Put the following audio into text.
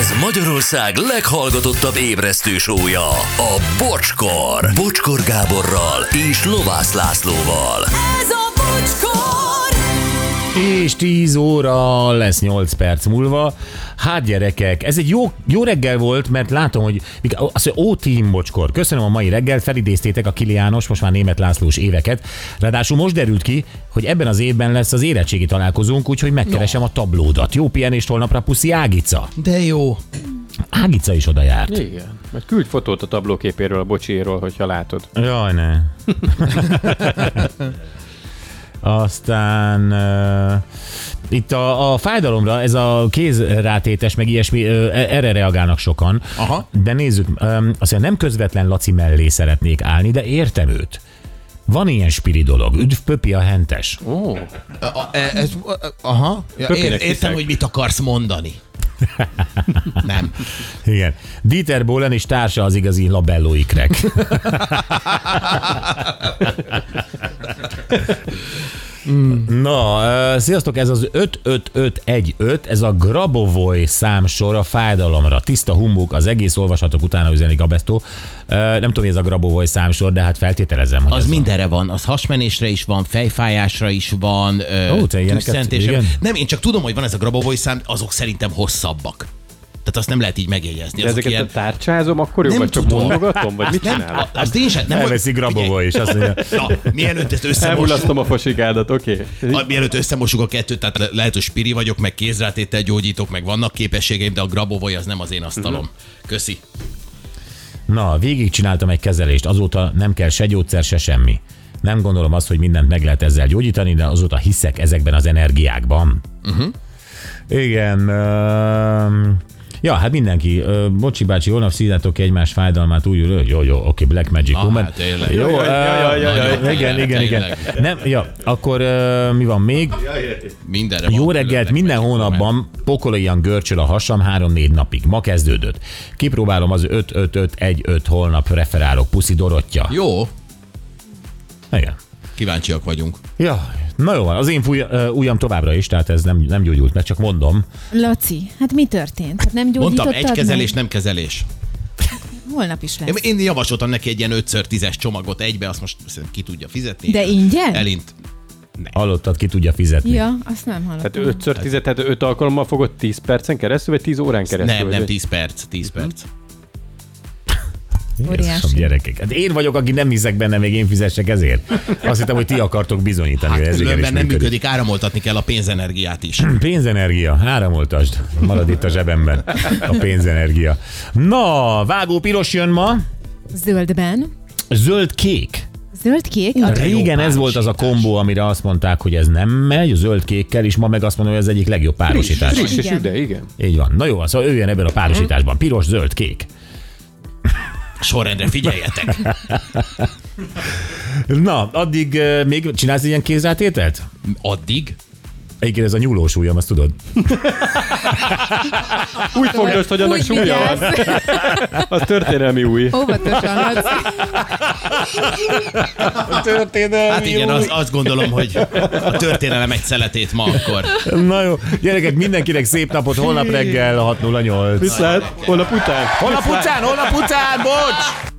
Ez Magyarország leghallgatottabb ébresztő show-ja, a Bocskor. Bocskor Gáborral és Lovász Lászlóval. Ez a Bocskor! És 10 óra lesz 8 perc múlva. Hát gyerekek, ez egy jó reggel volt, mert látom, hogy az, hogy O-Team Bocskor. Köszönöm a mai reggelt, felidéztétek a Kili János, most már Németh Lászlós éveket. Ráadásul most derült ki, hogy ebben az évben lesz az érettségi találkozónk, úgyhogy megkeresem a tablódat. Jó pihenést holnapra, puszi Ágica. De jó. Ágica is oda járt. Igen. Mert küldj fotót a tablóképéről, a bocsiéről, hogyha látod. Jaj, ne. Aztán itt a fájdalomra, ez a kézrátétes, meg ilyesmi, erre reagálnak sokan. Aha. De nézzük, azt mondja, nem közvetlen Laci mellé szeretnék állni, de értem őt. Van ilyen spiri dolog. Üdv Pöpi a hentes. Ó. Aha. Ja, Pöpinek értem, hiszek. hogy mit akarsz mondani. Nem. Igen. Dieter Bohlen és társa az igazi labellóikrek. Na, sziasztok, ez az 55515, ez a Grabovoi számsor a fájdalomra. Tiszta humbug, az egész, olvashatok utána, üzeni Gabesztó. Nem tudom, mi ez a Grabovoi számsor, de hát feltételezem, hogy Az ez mindenre van. Az hasmenésre is van, fejfájásra is van, te ilyeneket- tüsszentésre. igen? Nem, én csak tudom, hogy van ez a Grabovoi szám, azok szerintem hosszabbak. Tehát azt nem lehet így megjegyezni. De Azok ezeket ilyen... a tárcsázom, akkor jó, Nem vagy csak tudom. mondogatom, vagy mit Nem, csinálok? azt én sem. Nem, Elveszi Grabovoi is, azt mondja. Na, mielőtt ezt összemossuk, Elmullasztom a fosigádat, oké. mielőtt összemossuk a kettőt, tehát lehet, hogy spiri vagyok, meg kézrátéttel gyógyítok, meg vannak képességeim, de a Grabovoi az nem az én asztalom. Köszi. Na, végigcsináltam egy kezelést, azóta nem kell se gyógyszer, se semmi. Nem gondolom azt, hogy mindent meg lehet ezzel gyógyítani, de azóta hiszek ezekben az energiákban. Igen. Ja, hát mindenki. Bocsi bácsi, holnap színátok ki egymás fájdalmát úgy, jó, oké, Black Magic Woman. Hát tényleg. Jó, Jaj. igen. Nem, ja, akkor mi van még? Mindenre Jó van reggelt, különböző minden Magic Woman. hónapban pokolaian görcsöl a hasam 3-4 napig. Ma kezdődött. Kipróbálom az 5-5-5-1-5 holnap referálok. Puszi Dorottya. Jó, Igen. kíváncsiak vagyunk. Ja, na jó van, az én ujjam továbbra is, tehát ez nem gyógyult meg, csak mondom. Laci, hát mi történt? Hát nem gyógyítottad Mondtam, egy kezelés, meg? nem kezelés. Holnap is lesz. Én javasoltam neki egy ilyen 5x10-es csomagot egybe, azt most szerintem ki tudja fizetni. De ingyen? Elint. Hallottad, ki tudja fizetni. Ja, azt nem hallottam. Tehát 5x10, tehát 5 alkalommal fogod 10 percen keresztül, vagy 10 órán keresztül? Nem, vagy? 10 perc, 10 perc. Óriási. Jézusom, gyerekek. Hát én vagyok, aki nem hiszek benne, még én fizessek ezért. Azt hittem, hogy ti akartok bizonyítani, Hát hogy ez igenis különben nem működik. működik, áramoltatni kell a pénzenergiát is. Pénzenergia, áramoltasd. Marad itt a zsebemben a pénzenergia. Na, vágó piros jön ma, Zöldben. zöld-kék. Zöld-kék? Régen ez volt az a kombó, amire azt mondták, hogy ez nem megy, zöld-kékkel is, ma meg azt mondom, hogy ez egyik legjobb párosítás. Friss és Igen. üde, igen. Így van. Na jó, szóval ő jön ebben a párosításban. Piros, zöld, kék. Sorrendre figyeljetek. Na, addig még csinálsz ilyen kézrátételt? Addig? Egyébként ez a nyúlós ujjam, azt tudod? Úgy fogdosd, hogy annak Úgy súlya van. vigyázz. Az történelmi új. Óvatosan, Laci. Hát igen, azt gondolom, hogy a történelem egy szeletét ma akkor. Na jó, gyerekek, mindenkinek szép napot, holnap reggel 6:08. Viszlát, holnap után. Holnap után, bocs!